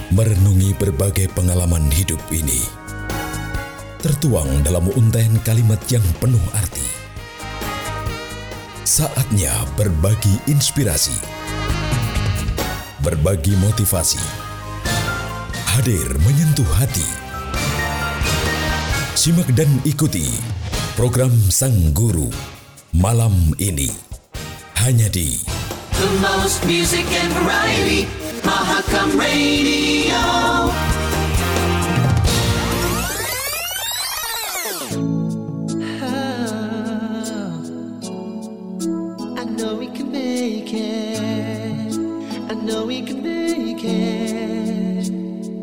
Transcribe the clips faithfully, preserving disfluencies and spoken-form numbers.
Merenungi berbagai pengalaman hidup ini tertuang dalam untaian kalimat yang penuh arti. Saatnya berbagi inspirasi, berbagi motivasi, hadir menyentuh hati. Simak dan ikuti program Sang Guru malam ini hanya di The most music and variety, Mahakam Radio. I know we can make it. I know we can make it.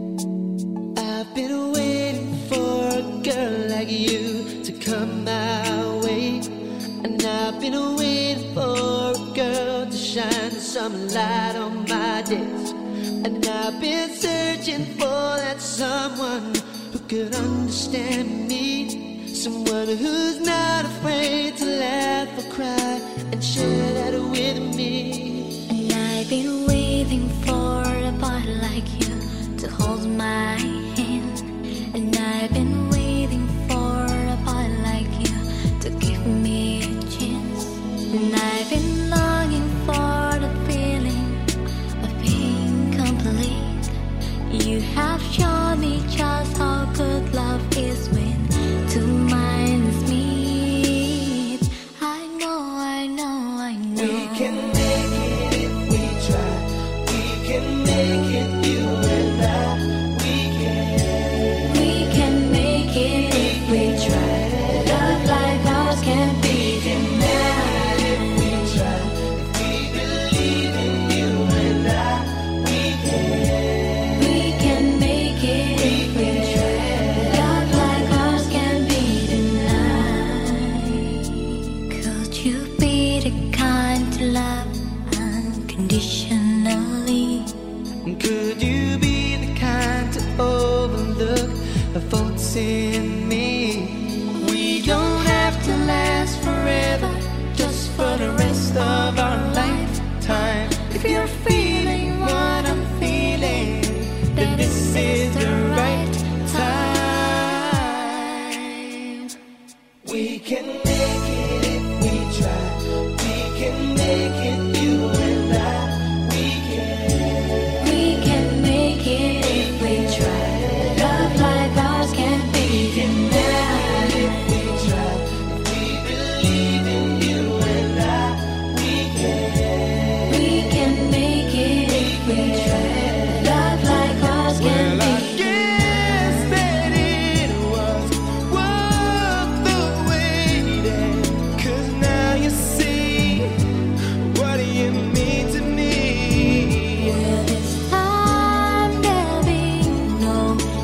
I've been waiting for a girl like you to come my way, and I've been waiting for a girl to shine some light on my days. And I've been searching for that someone who could understand me, someone who's not afraid to laugh or cry and share that with me. And I've been waiting for a boy like you to hold my hand. And I've been waiting for a boy like you to give me a chance. And I've been longing for the feeling of being complete. You have shown me just how good love is when two minds meet. I know, I know, I know. We can make it if we try. We can make it, you and I. We can. We can make it if we try. Love like ours can be denied. If we try, if we believe in you and I, we can. We can make it if we try. Love like ours can be denied. Could you be the kind to love unconditionally? Could you be the kind to overlook the faults in me? We don't have to last forever, just for the rest of our lifetime. If you're feeling what I'm feeling, then this is the right time. We can make it if we try. We can make it, you and I. We can. We can make it if we try. Love like ours can be denied. If we try, if we believe in you and I, we can. We can make it if we try. Love like ours can Well, I be guess that it was worth the waiting, 'cause now you see what you mean to me. Well, this time there'll be no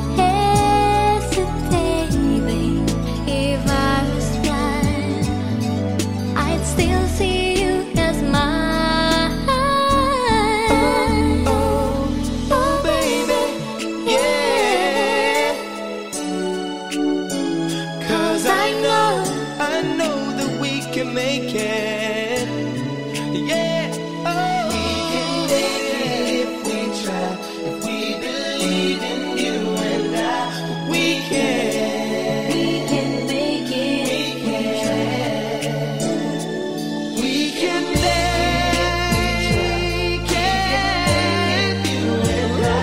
hesitating. If I was blind, I'd still see you as mine. Oh, oh, baby, yeah. 'Cause I know, I know that we can make it. Yeah, oh. We can make it if we try. If we believe in you and I, we can. We can make it if we try. We can make it, you and I.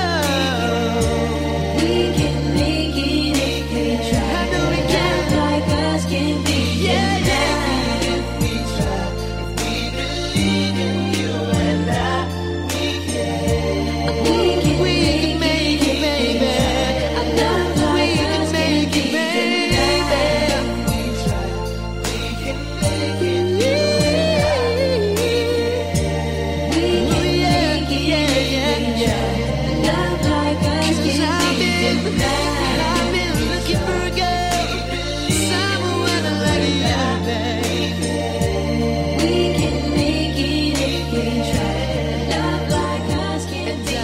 We can make it if we try. I know we can. Love like us can be Yeah, yeah. denied. If we try, if we believe in you and I, we can. We can We can make it, baby. I know that we can make it, baby. If we try, we can make it, you and I, we can. We Oh, can yeah, make it yeah, if yeah, we yeah. try. Love like us 'Cause can I've be been, denied. I've been looking for a girl, someone like you, baby. We can make it if we try. Love like us can be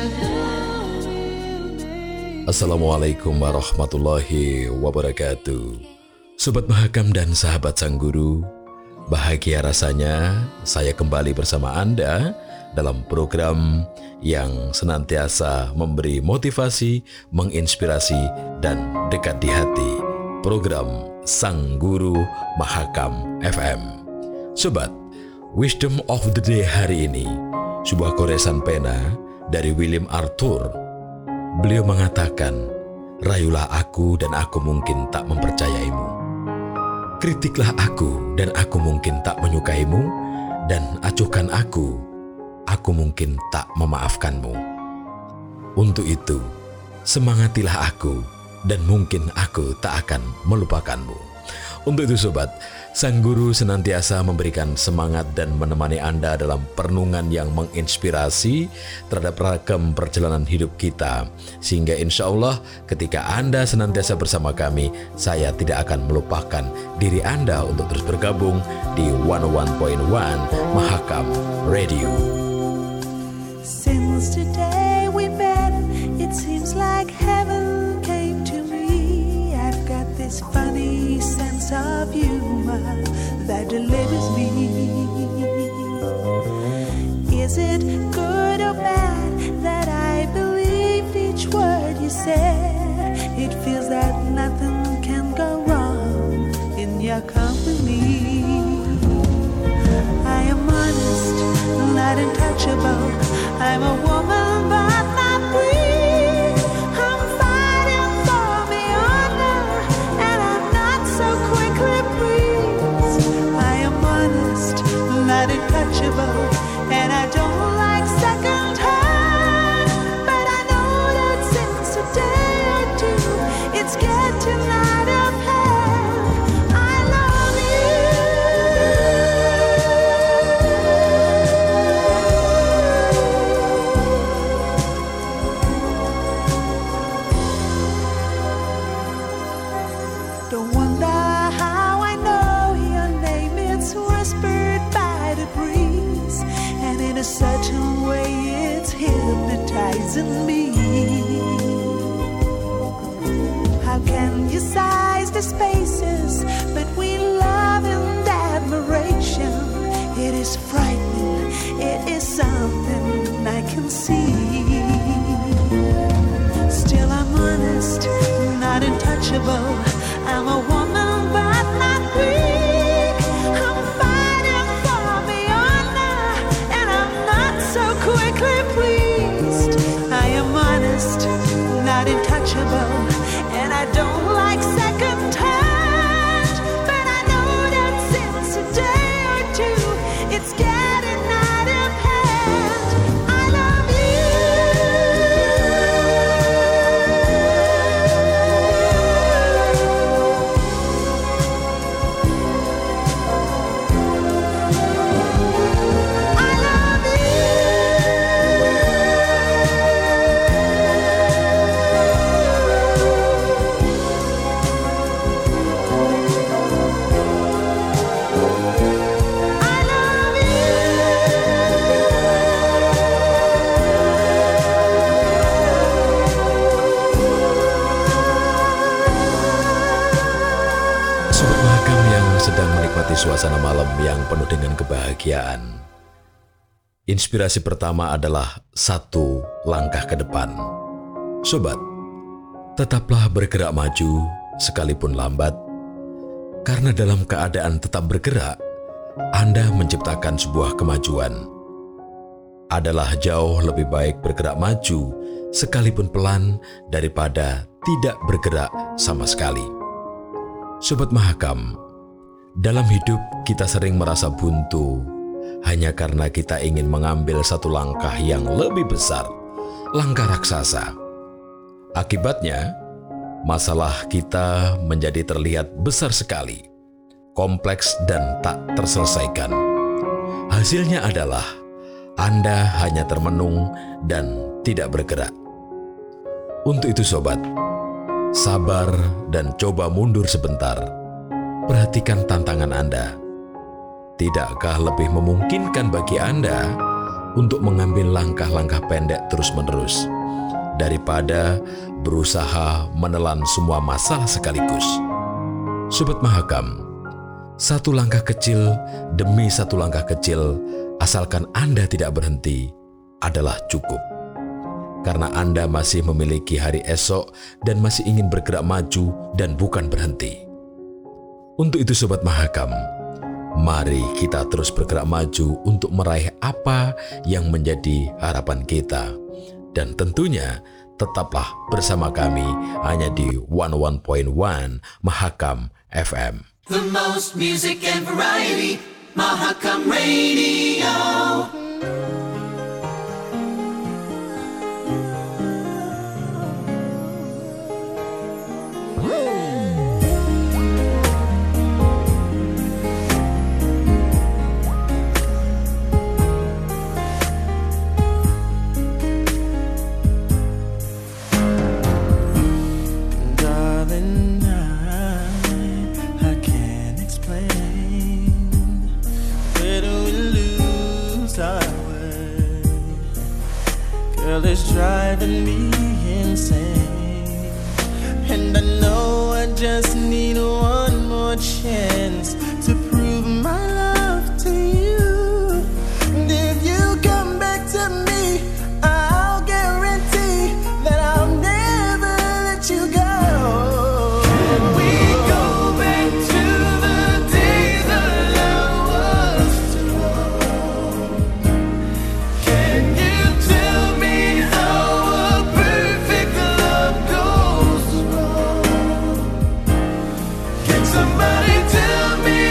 denied. Assalamualaikum warahmatullahi wabarakatuh. Sobat Mahakam dan sahabat Sang Guru, bahagia rasanya saya kembali bersama Anda dalam program yang senantiasa memberi motivasi, menginspirasi, dan dekat di hati. Program Sang Guru Mahakam F M. Sobat, Wisdom of the Day hari ini, sebuah goresan pena dari William Arthur. Beliau mengatakan, rayulah aku dan aku mungkin tak mempercayaimu. Kritiklah aku dan aku mungkin tak menyukaimu, dan acuhkan aku, aku mungkin tak memaafkanmu. Untuk itu, semangatilah aku dan mungkin aku tak akan melupakanmu. Untuk itu sobat, Sang Guru senantiasa memberikan semangat dan menemani Anda dalam perenungan yang menginspirasi terhadap ragam perjalanan hidup kita. Sehingga insya Allah ketika Anda senantiasa bersama kami, saya tidak akan melupakan diri Anda untuk terus bergabung di seratus satu koma satu Mahakam Radio. Since today we met, it seems like heaven came to me. I've got this funny sense of humor that delivers me. Is it good or bad that I believed each word you said? It feels that nothing can go wrong in your company. I am honest, not untouchable. I'm a woman but not weak. I'm fighting for me honor, and I'm not so quickly pleased. I am honest, not untouchable, and I don't like second hand. But I know that since a day or two, it's getting out of hand. I love you. Don't wonder how I know your name. It's whispered by the breeze, and in a certain way it's hypnotizing me. How can you size the spaces between love and admiration? It is frightening, it is something I can see. Still I'm honest, not untouchable. I'm a woman but not weak. I'm fighting for me honor, and I'm not so quickly pleased. I am honest, not untouchable, and I don't like second hand. But I know that since a day or two, it's getting out of hand. I love you. I love you. I love Sobat Mahakam yang sedang menikmati suasana malam yang penuh dengan kebahagiaan. Inspirasi pertama adalah satu langkah ke depan. Sobat, tetaplah bergerak maju sekalipun lambat. Karena dalam keadaan tetap bergerak, Anda menciptakan sebuah kemajuan. Adalah jauh lebih baik bergerak maju sekalipun pelan daripada tidak bergerak sama sekali. Sobat Mahakam, dalam hidup kita sering merasa buntu hanya karena kita ingin mengambil satu langkah yang lebih besar, langkah raksasa. Akibatnya, masalah kita menjadi terlihat besar sekali, kompleks dan tak terselesaikan. Hasilnya adalah Anda hanya termenung dan tidak bergerak. Untuk itu sobat, sabar dan coba mundur sebentar. Perhatikan tantangan Anda. Tidakkah lebih memungkinkan bagi Anda untuk mengambil langkah-langkah pendek terus-menerus daripada berusaha menelan semua masalah sekaligus? Sobat Mahakam, satu langkah kecil demi satu langkah kecil asalkan Anda tidak berhenti, adalah cukup. Karena Anda masih memiliki hari esok dan masih ingin bergerak maju dan bukan berhenti. Untuk itu Sobat Mahakam, mari kita terus bergerak maju untuk meraih apa yang menjadi harapan kita. Dan tentunya tetaplah bersama kami hanya di seratus satu koma satu Mahakam F M. The most music and variety, Mahakam Radio. It's driving me insane, and I know I just need one more chance to prove my love to you. And if you come back to me, I'll guarantee that I'll never let you go. Can we go back to the days that love was strong? Can you tell me somebody tell me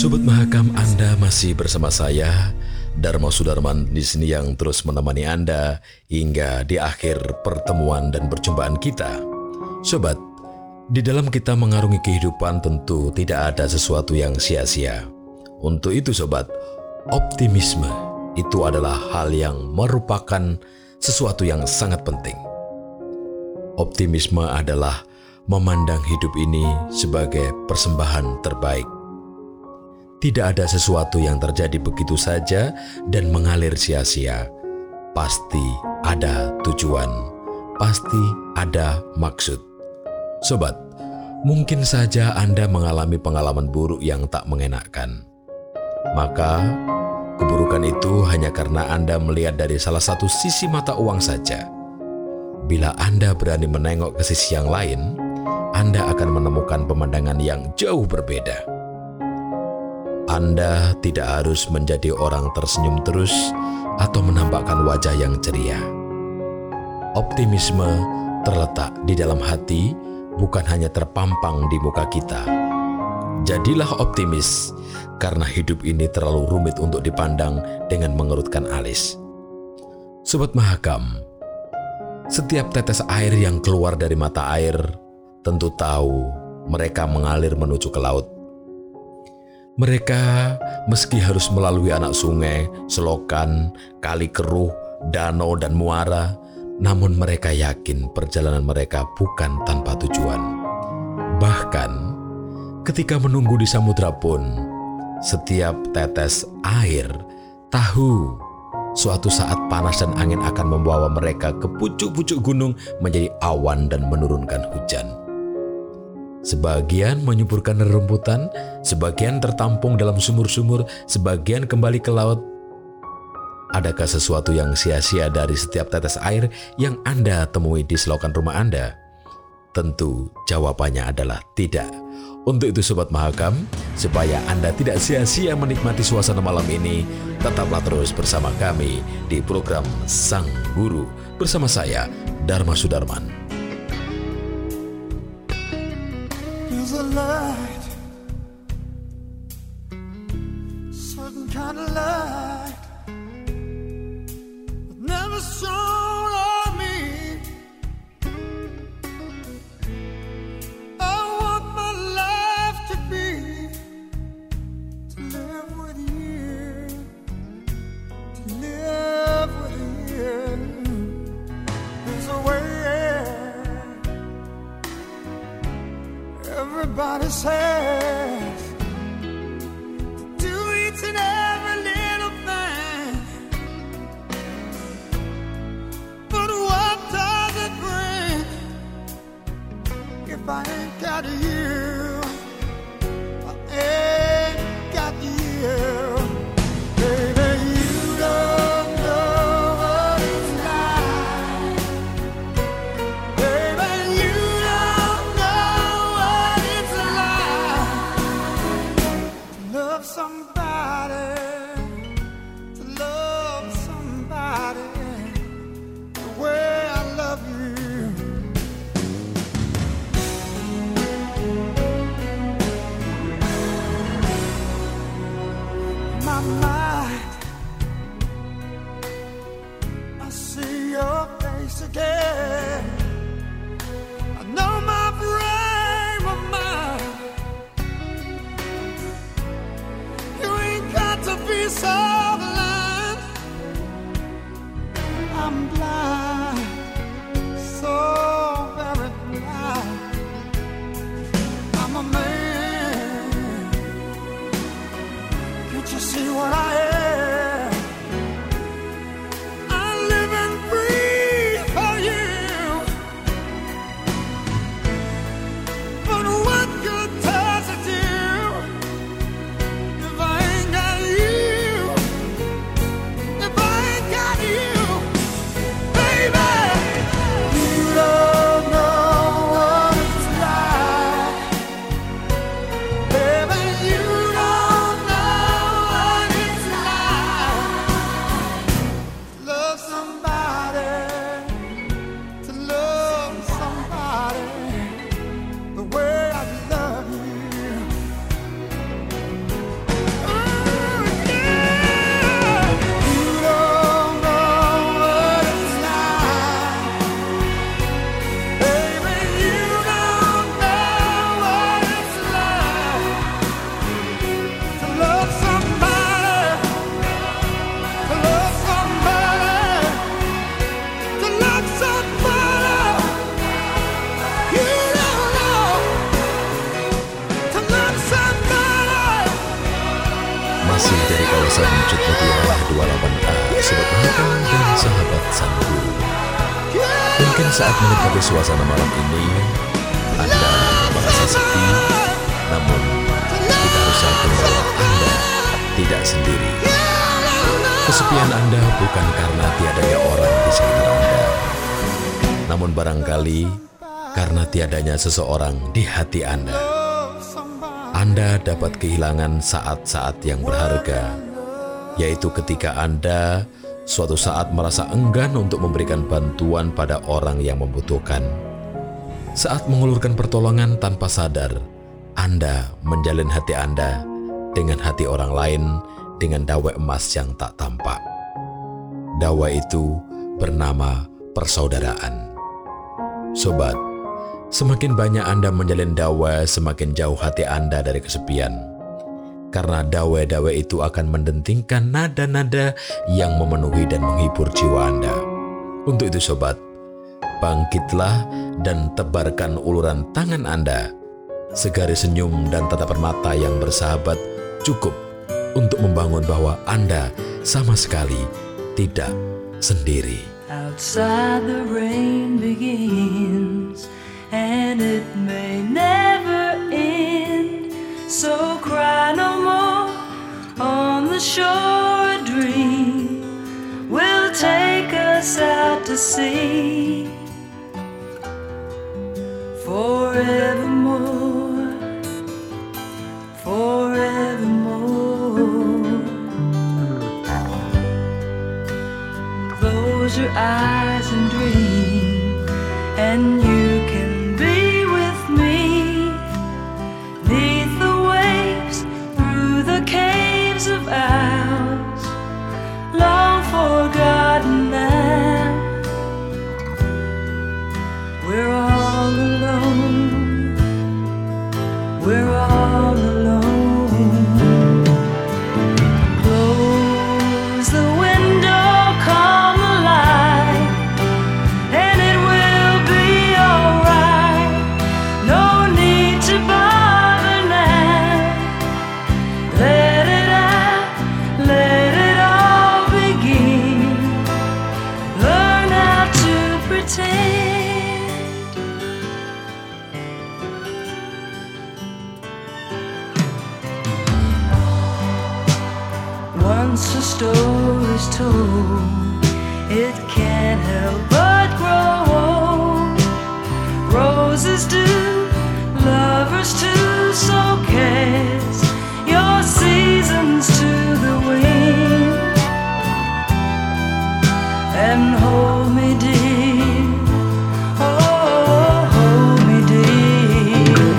Sobat Mahakam, Anda masih bersama saya, Dharma Sudarman di sini yang terus menemani Anda hingga di akhir pertemuan dan perjumpaan kita. Sobat, di dalam kita mengarungi kehidupan tentu tidak ada sesuatu yang sia-sia. Untuk itu sobat, optimisme itu adalah hal yang merupakan sesuatu yang sangat penting. Optimisme adalah memandang hidup ini sebagai persembahan terbaik. Tidak ada sesuatu yang terjadi begitu saja dan mengalir sia-sia. Pasti ada tujuan, pasti ada maksud. Sobat, mungkin saja Anda mengalami pengalaman buruk yang tak mengenakkan. Maka, keburukan itu hanya karena Anda melihat dari salah satu sisi mata uang saja. Bila Anda berani menengok ke sisi yang lain, Anda akan menemukan pemandangan yang jauh berbeda. Anda tidak harus menjadi orang tersenyum terus atau menampakkan wajah yang ceria. Optimisme terletak di dalam hati, bukan hanya terpampang di muka kita. Jadilah optimis, karena hidup ini terlalu rumit untuk dipandang dengan mengerutkan alis. Sobat Mahakam, setiap tetes air yang keluar dari mata air tentu tahu mereka mengalir menuju ke laut. Mereka meski harus melalui anak sungai, selokan, kali keruh, danau dan muara, namun mereka yakin perjalanan mereka bukan tanpa tujuan. Bahkan ketika menunggu di samudra pun, setiap tetes air tahu suatu saat panas dan angin akan membawa mereka ke pucuk-pucuk gunung menjadi awan dan menurunkan hujan. Sebagian menyuburkan rerumputan, sebagian tertampung dalam sumur-sumur, sebagian kembali ke laut. Adakah sesuatu yang sia-sia dari setiap tetes air yang Anda temui di selokan rumah Anda? Tentu jawabannya adalah tidak. Untuk itu Sobat Mahakam, supaya Anda tidak sia-sia menikmati suasana malam ini, tetaplah terus bersama kami di program Sang Guru bersama saya, Dharma Sudarman. There's a light, certain kind of light, that never shone on me. I want my life to be, to live with you, to live with you. There's a way. Everybody says to do each and every little thing, but what does it bring if I ain't got you? I ain't got you. Baby, you don't know what it's like. Baby, you don't know what it's like to love somebody, to love somebody the way I love you. dua puluh delapan A, Sobat Mahakam dan sahabat Sang Guru. Mungkin saat menikmati suasana malam ini, Anda merasa sepi, namun kita harus yakin bahwa Anda tidak sendiri. Kesepian Anda bukan karena tiadanya orang di sekitar Anda, namun barangkali karena tiadanya seseorang di hati Anda. Anda dapat kehilangan saat-saat yang berharga, yaitu ketika Anda suatu saat merasa enggan untuk memberikan bantuan pada orang yang membutuhkan. Saat mengulurkan pertolongan tanpa sadar, Anda menjalin hati Anda dengan hati orang lain dengan dawai emas yang tak tampak. Dawai itu bernama persaudaraan. Sobat, semakin banyak Anda menjalin dawai, semakin jauh hati Anda dari kesepian. Karena dawai-dawai itu akan mendentingkan nada-nada yang memenuhi dan menghibur jiwa Anda. Untuk itu sobat, bangkitlah dan tebarkan uluran tangan Anda. Segaris senyum dan tatapan mata yang bersahabat cukup untuk membangun bahwa Anda sama sekali tidak sendiri. Outside the rain begins and it may never end, so cry no more on the shore. A dream will take us out to sea forevermore, forevermore. Close your eyes and dream, and you can be with me. Neath the waves, through the caves of ours, long forgotten now. We're all alone, we're all alone. Close the window, calm the light, and it will be alright. No need to bother now. Let it out, let it all begin. Learn how to pretend. Once a story's told, it can't help but grow old. Roses do, lovers too, so cast your seasons to the wind and hold me dear, oh, hold me dear.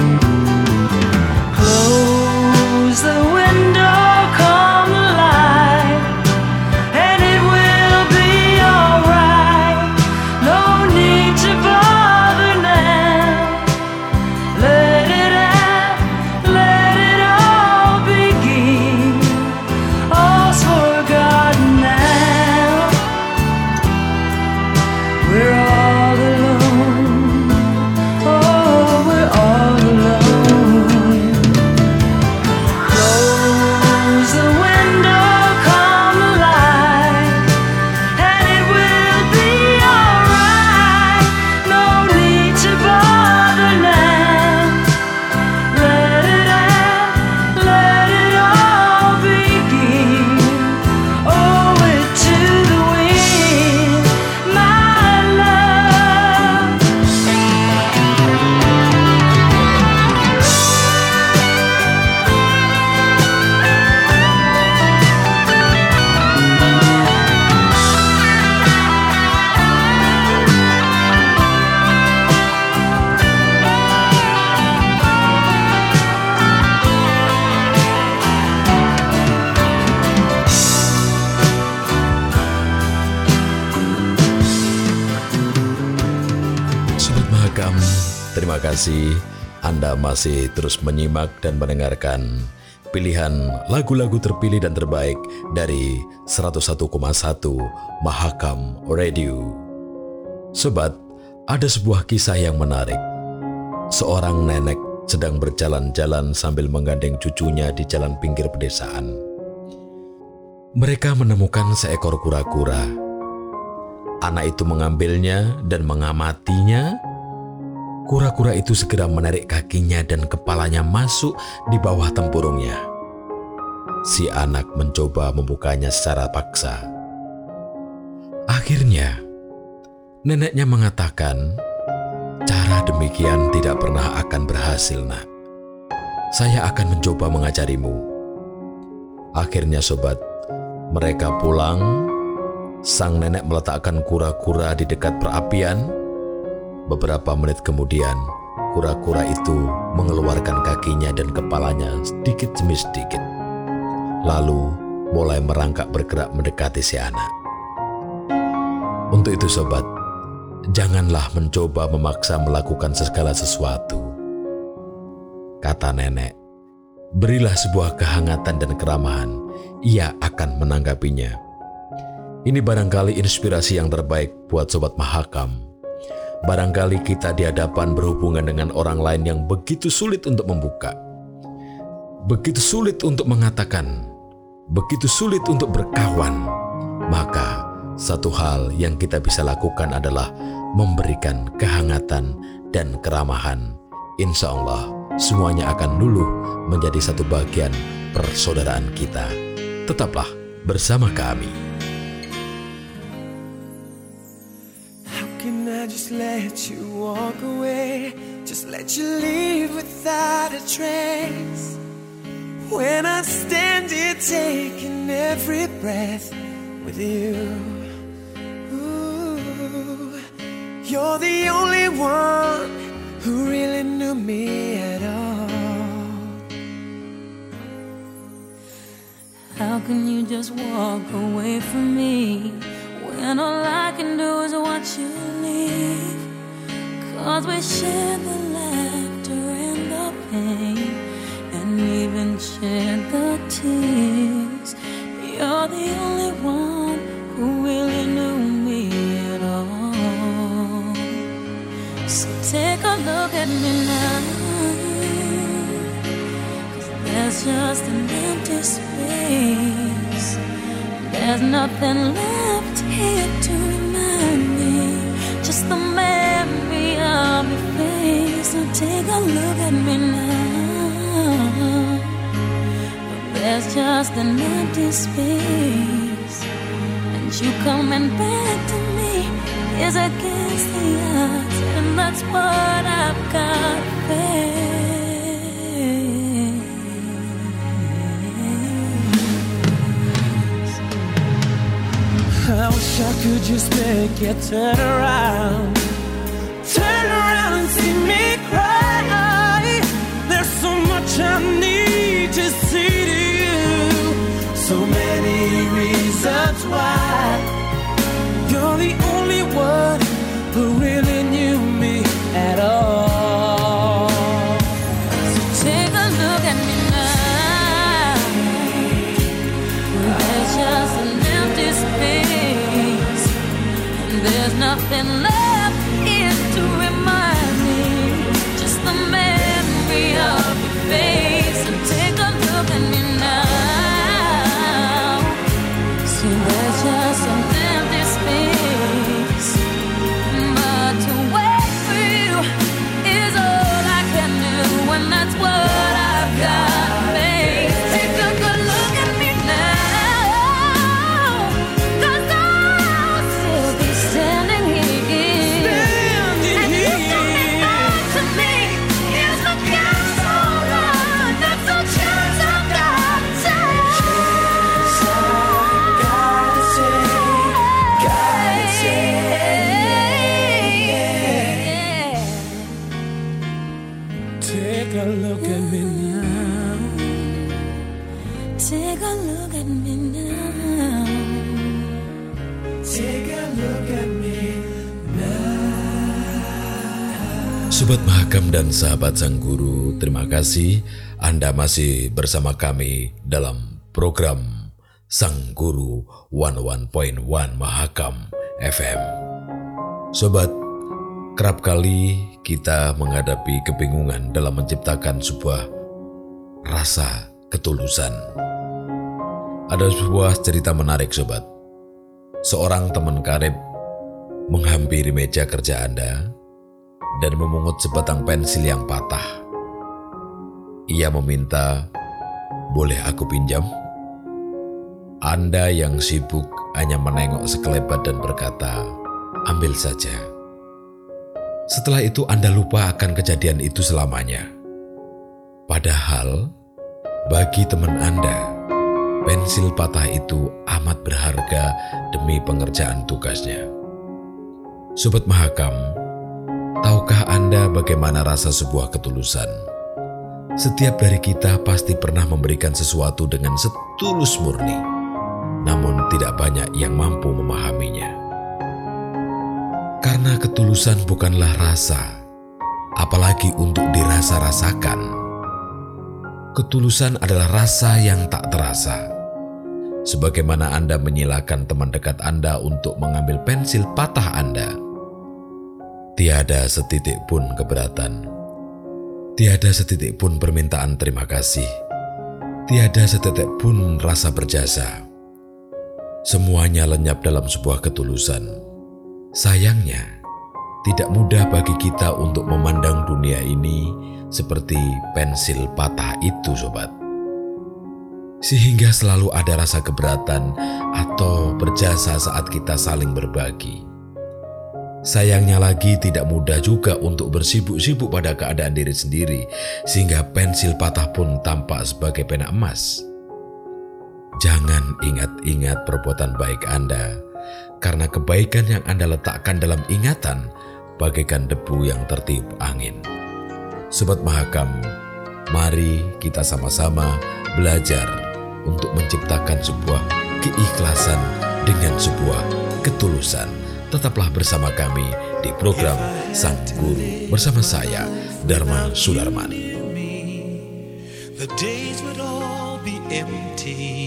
Close the window, calm the light, and it will be alright. No need to bother now. Let it out, let it all begin. All's forgotten now. We're all alone, oh, we're all alone. Close the window, calm the light, and it will be alright. No need to bother now. Let it out, let it all begin. Owe it to the wind, my love. Sobat Mahakam, terima kasih Anda masih terus menyimak dan mendengarkan pilihan lagu-lagu terpilih dan terbaik dari seratus satu koma satu Mahakam Radio. Sobat, ada sebuah kisah yang menarik. Seorang nenek sedang berjalan-jalan sambil menggandeng cucunya di jalan pinggir pedesaan. Mereka menemukan seekor kura-kura. Anak itu mengambilnya dan mengamatinya. Kura-kura itu segera menarik kakinya dan kepalanya masuk di bawah tempurungnya. Si anak mencoba membukanya secara paksa. Akhirnya, neneknya mengatakan, "Cara demikian tidak pernah akan berhasil, nak. Saya akan mencoba mengajarimu." Akhirnya sobat, mereka pulang. Sang nenek meletakkan kura-kura di dekat perapian. Beberapa menit kemudian, kura-kura itu mengeluarkan kakinya dan kepalanya sedikit demi sedikit. Lalu mulai merangkak bergerak mendekati si anak. Untuk itu sobat, janganlah mencoba memaksa melakukan segala sesuatu. Kata nenek, berilah sebuah kehangatan dan keramahan, ia akan menanggapinya. Ini barangkali inspirasi yang terbaik buat Sobat Mahakam. Barangkali kita di hadapan berhubungan dengan orang lain yang begitu sulit untuk membuka, begitu sulit untuk mengatakan, begitu sulit untuk berkawan. Maka satu hal yang kita bisa lakukan adalah memberikan kehangatan dan keramahan. Insya Allah semuanya akan luluh menjadi satu bagian persaudaraan kita. Tetaplah bersama kami. I just let you walk away, just let you leave without a trace. When I stand here taking every breath with you, ooh, you're the only one who really knew me at all. How can you just walk away from me when all I can do is watch you leave? 'Cause we share the laughter and the pain, and even share the tears. You're the only one who really knew me at all. So take a look at me now, 'cause there's just an empty space. There's nothing left here to remind me, just the memory of your face. So take a look at me now. There's just an empty space, and you coming back to me is against the odds, and that's what I've got to face. I wish I could just make you turn around, turn around and see me cry. There's so much I need to say to you, so many reasons why. You're the only one who really knew me at all. So take a look at me now. There's just an empty space, and there's nothing left here to remind me, just the memory of your face. So take a look at me now. See, there's just an empty space, but to wait for you is all I can do, and that's what I've got to face. Take a good look at me now, 'cause I'll still be standing here, and you coming back to me is the gamble run. That's the chance I've got to take. Gotta take, gotta take a look at me now. Take a look at me now. Take a look at me now. Sobat Mahakam dan sahabat Sang Guru, terima kasih Anda masih bersama kami dalam program Sang Guru seratus satu koma satu Mahakam F M. Sobat, kerap kali kita menghadapi kebingungan dalam menciptakan sebuah rasa ketulusan. Ada sebuah cerita menarik, sobat. Seorang teman karib menghampiri meja kerja Anda dan memungut sebatang pensil yang patah. Ia meminta, "Boleh aku pinjam?" Anda yang sibuk hanya menengok sekelebat dan berkata, "Ambil saja." Setelah itu Anda lupa akan kejadian itu selamanya. Padahal bagi teman Anda, pensil patah itu amat berharga demi pengerjaan tugasnya. Sobat Mahakam, tahukah Anda bagaimana rasa sebuah ketulusan? Setiap dari kita pasti pernah memberikan sesuatu dengan setulus murni, namun tidak banyak yang mampu memahaminya. Karena ketulusan bukanlah rasa, apalagi untuk dirasa-rasakan. Ketulusan adalah rasa yang tak terasa. Sebagaimana Anda menyilakan teman dekat Anda untuk mengambil pensil patah Anda, tiada setitik pun keberatan, tiada setitik pun permintaan terima kasih, tiada setitik pun rasa berjasa. Semuanya lenyap dalam sebuah ketulusan. Sayangnya, tidak mudah bagi kita untuk memandang dunia ini seperti pensil patah itu, sobat. Sehingga selalu ada rasa keberatan atau berjasa saat kita saling berbagi. Sayangnya lagi tidak mudah juga untuk bersibuk-sibuk pada keadaan diri sendiri, sehingga pensil patah pun tampak sebagai pena emas. Jangan ingat-ingat perbuatan baik Anda, karena kebaikan yang Anda letakkan dalam ingatan bagaikan debu yang tertiup angin. Sobat Mahakam, mari kita sama-sama belajar untuk menciptakan sebuah keikhlasan dengan sebuah ketulusan. Tetaplah bersama kami di program Sang Guru bersama saya, Dharma Sudarman. The days would all be empty.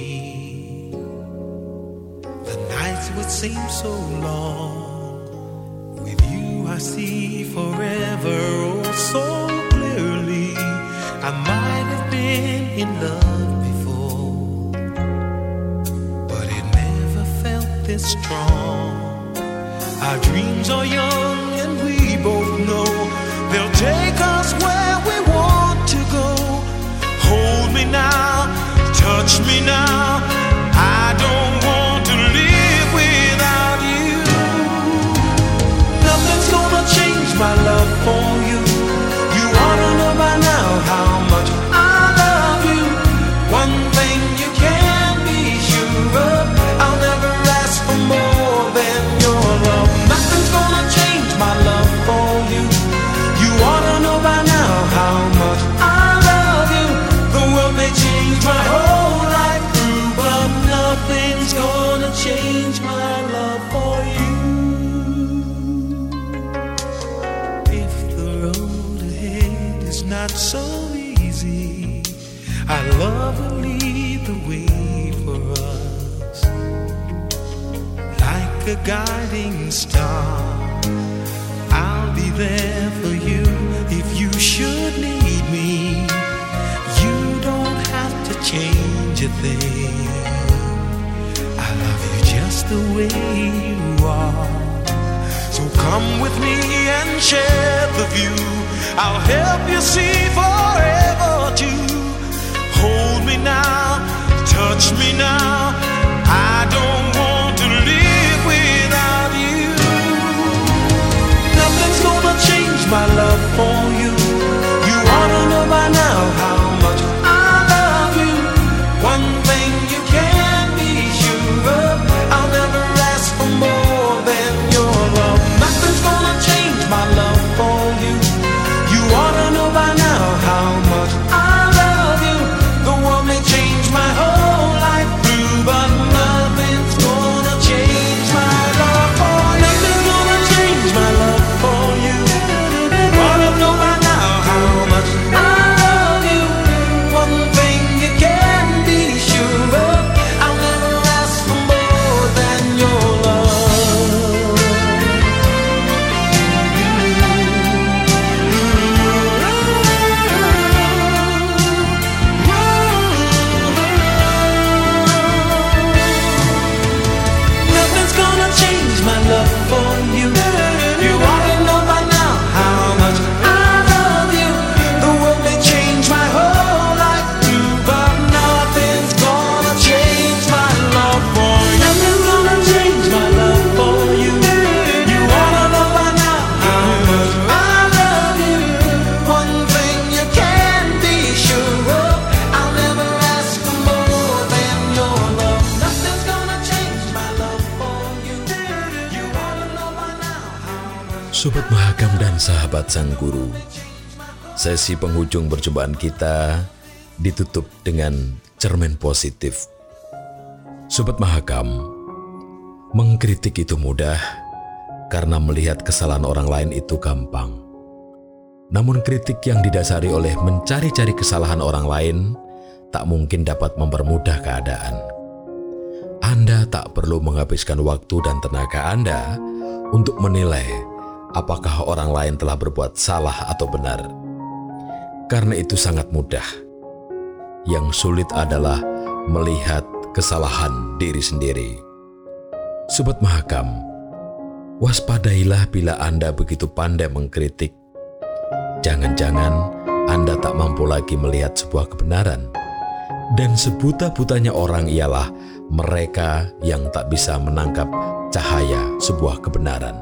The nights would seem so long. With you I see forever oh so clearly. I might have been in love before, but it never felt this strong. Our dreams are young and we both know they'll take us where we want to go. Hold me now, touch me now. I don't want to live without you. Nothing's gonna change my love for you. You ought to know by now how much I love you. One thing you can be sure of, I'll never ask for more than your love. Nothing's gonna change my love for you. You ought to know by now how much I love you. The world may change my whole life through, but nothing's gonna change my love for you. If the road ahead is not so easy, our love will lead the way for us. Like a guiding star, I'll be there for you if you should need me. You don't have to change a thing. I love you just the way you are. So come with me and share the view. I'll help you see forever too. Hold me now, touch me now. I don't want to live without you. Nothing's gonna change my love for you. You ought to know by now how much I love you. One thing you can be sure of, I'll never ask for more than your love. Nothing's gonna change my love for you. You ought to know by now how much I love you. The world may change my whole life through, Sobat Mahakam dan sahabat sang guru, sesi penghujung perjumpaan kita ditutup dengan cermin positif. Sobat Mahakam, mengkritik itu mudah karena melihat kesalahan orang lain itu gampang. Namun kritik yang didasari oleh mencari-cari kesalahan orang lain tak mungkin dapat mempermudah keadaan. Anda tak perlu menghabiskan waktu dan tenaga Anda untuk menilai apakah orang lain telah berbuat salah atau benar. Karena itu sangat mudah. Yang sulit adalah melihat kesalahan diri sendiri. Sobat Mahakam, waspadailah bila Anda begitu pandai mengkritik. Jangan-jangan Anda tak mampu lagi melihat sebuah kebenaran. Dan sebuta-butanya orang ialah mereka yang tak bisa menangkap cahaya sebuah kebenaran.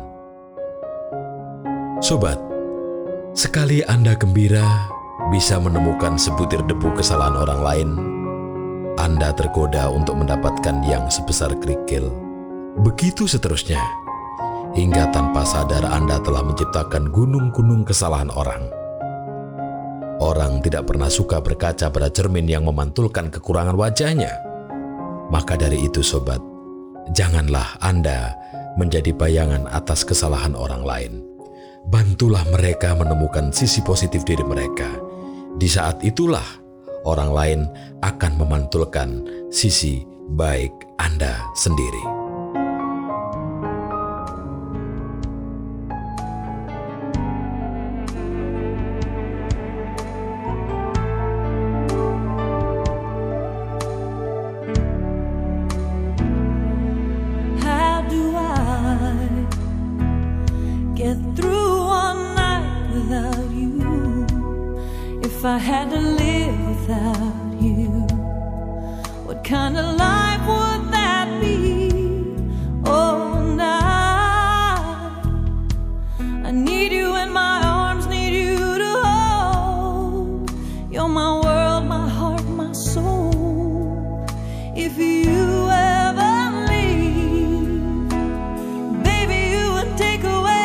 Sobat, sekali Anda gembira bisa menemukan sebutir debu kesalahan orang lain, Anda tergoda untuk mendapatkan yang sebesar kerikil. Begitu seterusnya, hingga tanpa sadar Anda telah menciptakan gunung-gunung kesalahan orang. Orang tidak pernah suka berkaca pada cermin yang memantulkan kekurangan wajahnya. Maka dari itu sobat, janganlah Anda menjadi bayangan atas kesalahan orang lain. Bantulah mereka menemukan sisi positif diri mereka. Di saat itulah orang lain akan memantulkan sisi baik Anda sendiri. Get through one night without you. If I had to live without you, what kind of life would that be? Oh, night, I need you in my arms, need you to hold. You're my world, my heart, my soul. If you ever leave, baby, you would take away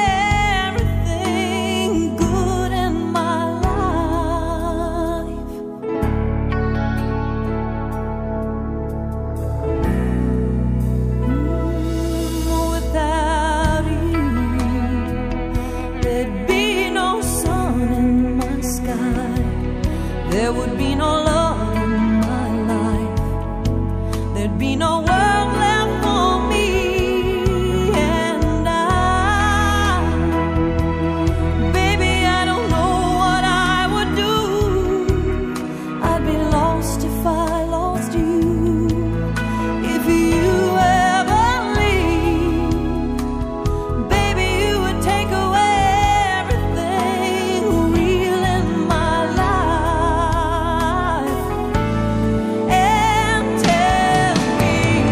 there would be no love in my life. There'd be no world left for me and I. Baby, I don't know what I would do. I'd be lost if I lost you. If you ever leave, baby, you would take away everything real in my life. And tell me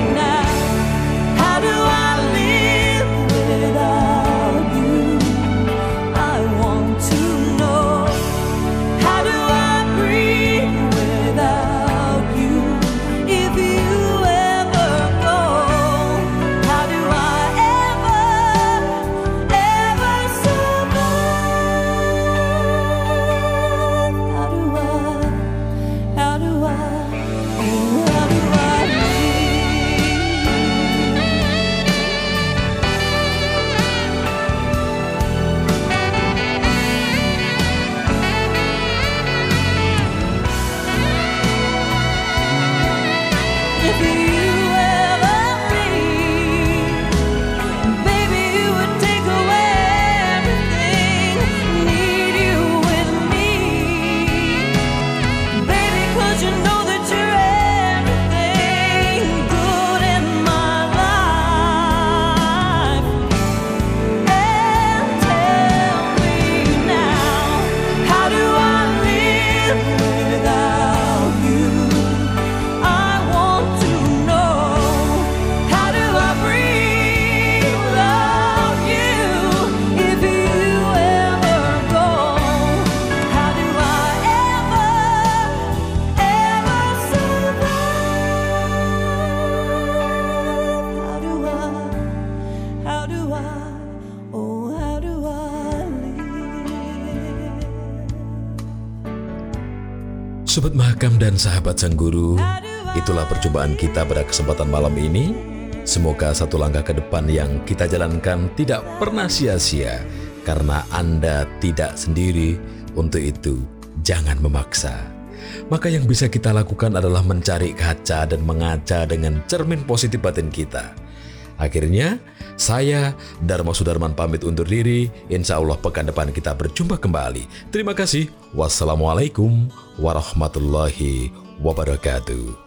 Sobat Mahakam dan sahabat Sang Guru, itulah perjumpaan kita pada kesempatan malam ini. Semoga satu langkah ke depan yang kita jalankan tidak pernah sia-sia, karena Anda tidak sendiri. Untuk itu, jangan memaksa. Maka yang bisa kita lakukan adalah mencari kaca dan mengaca dengan cermin positif batin kita. Akhirnya, saya, Dharma Sudarman pamit undur diri. Insya Allah pekan depan kita berjumpa kembali. Terima kasih. Wassalamualaikum warahmatullahi wabarakatuh.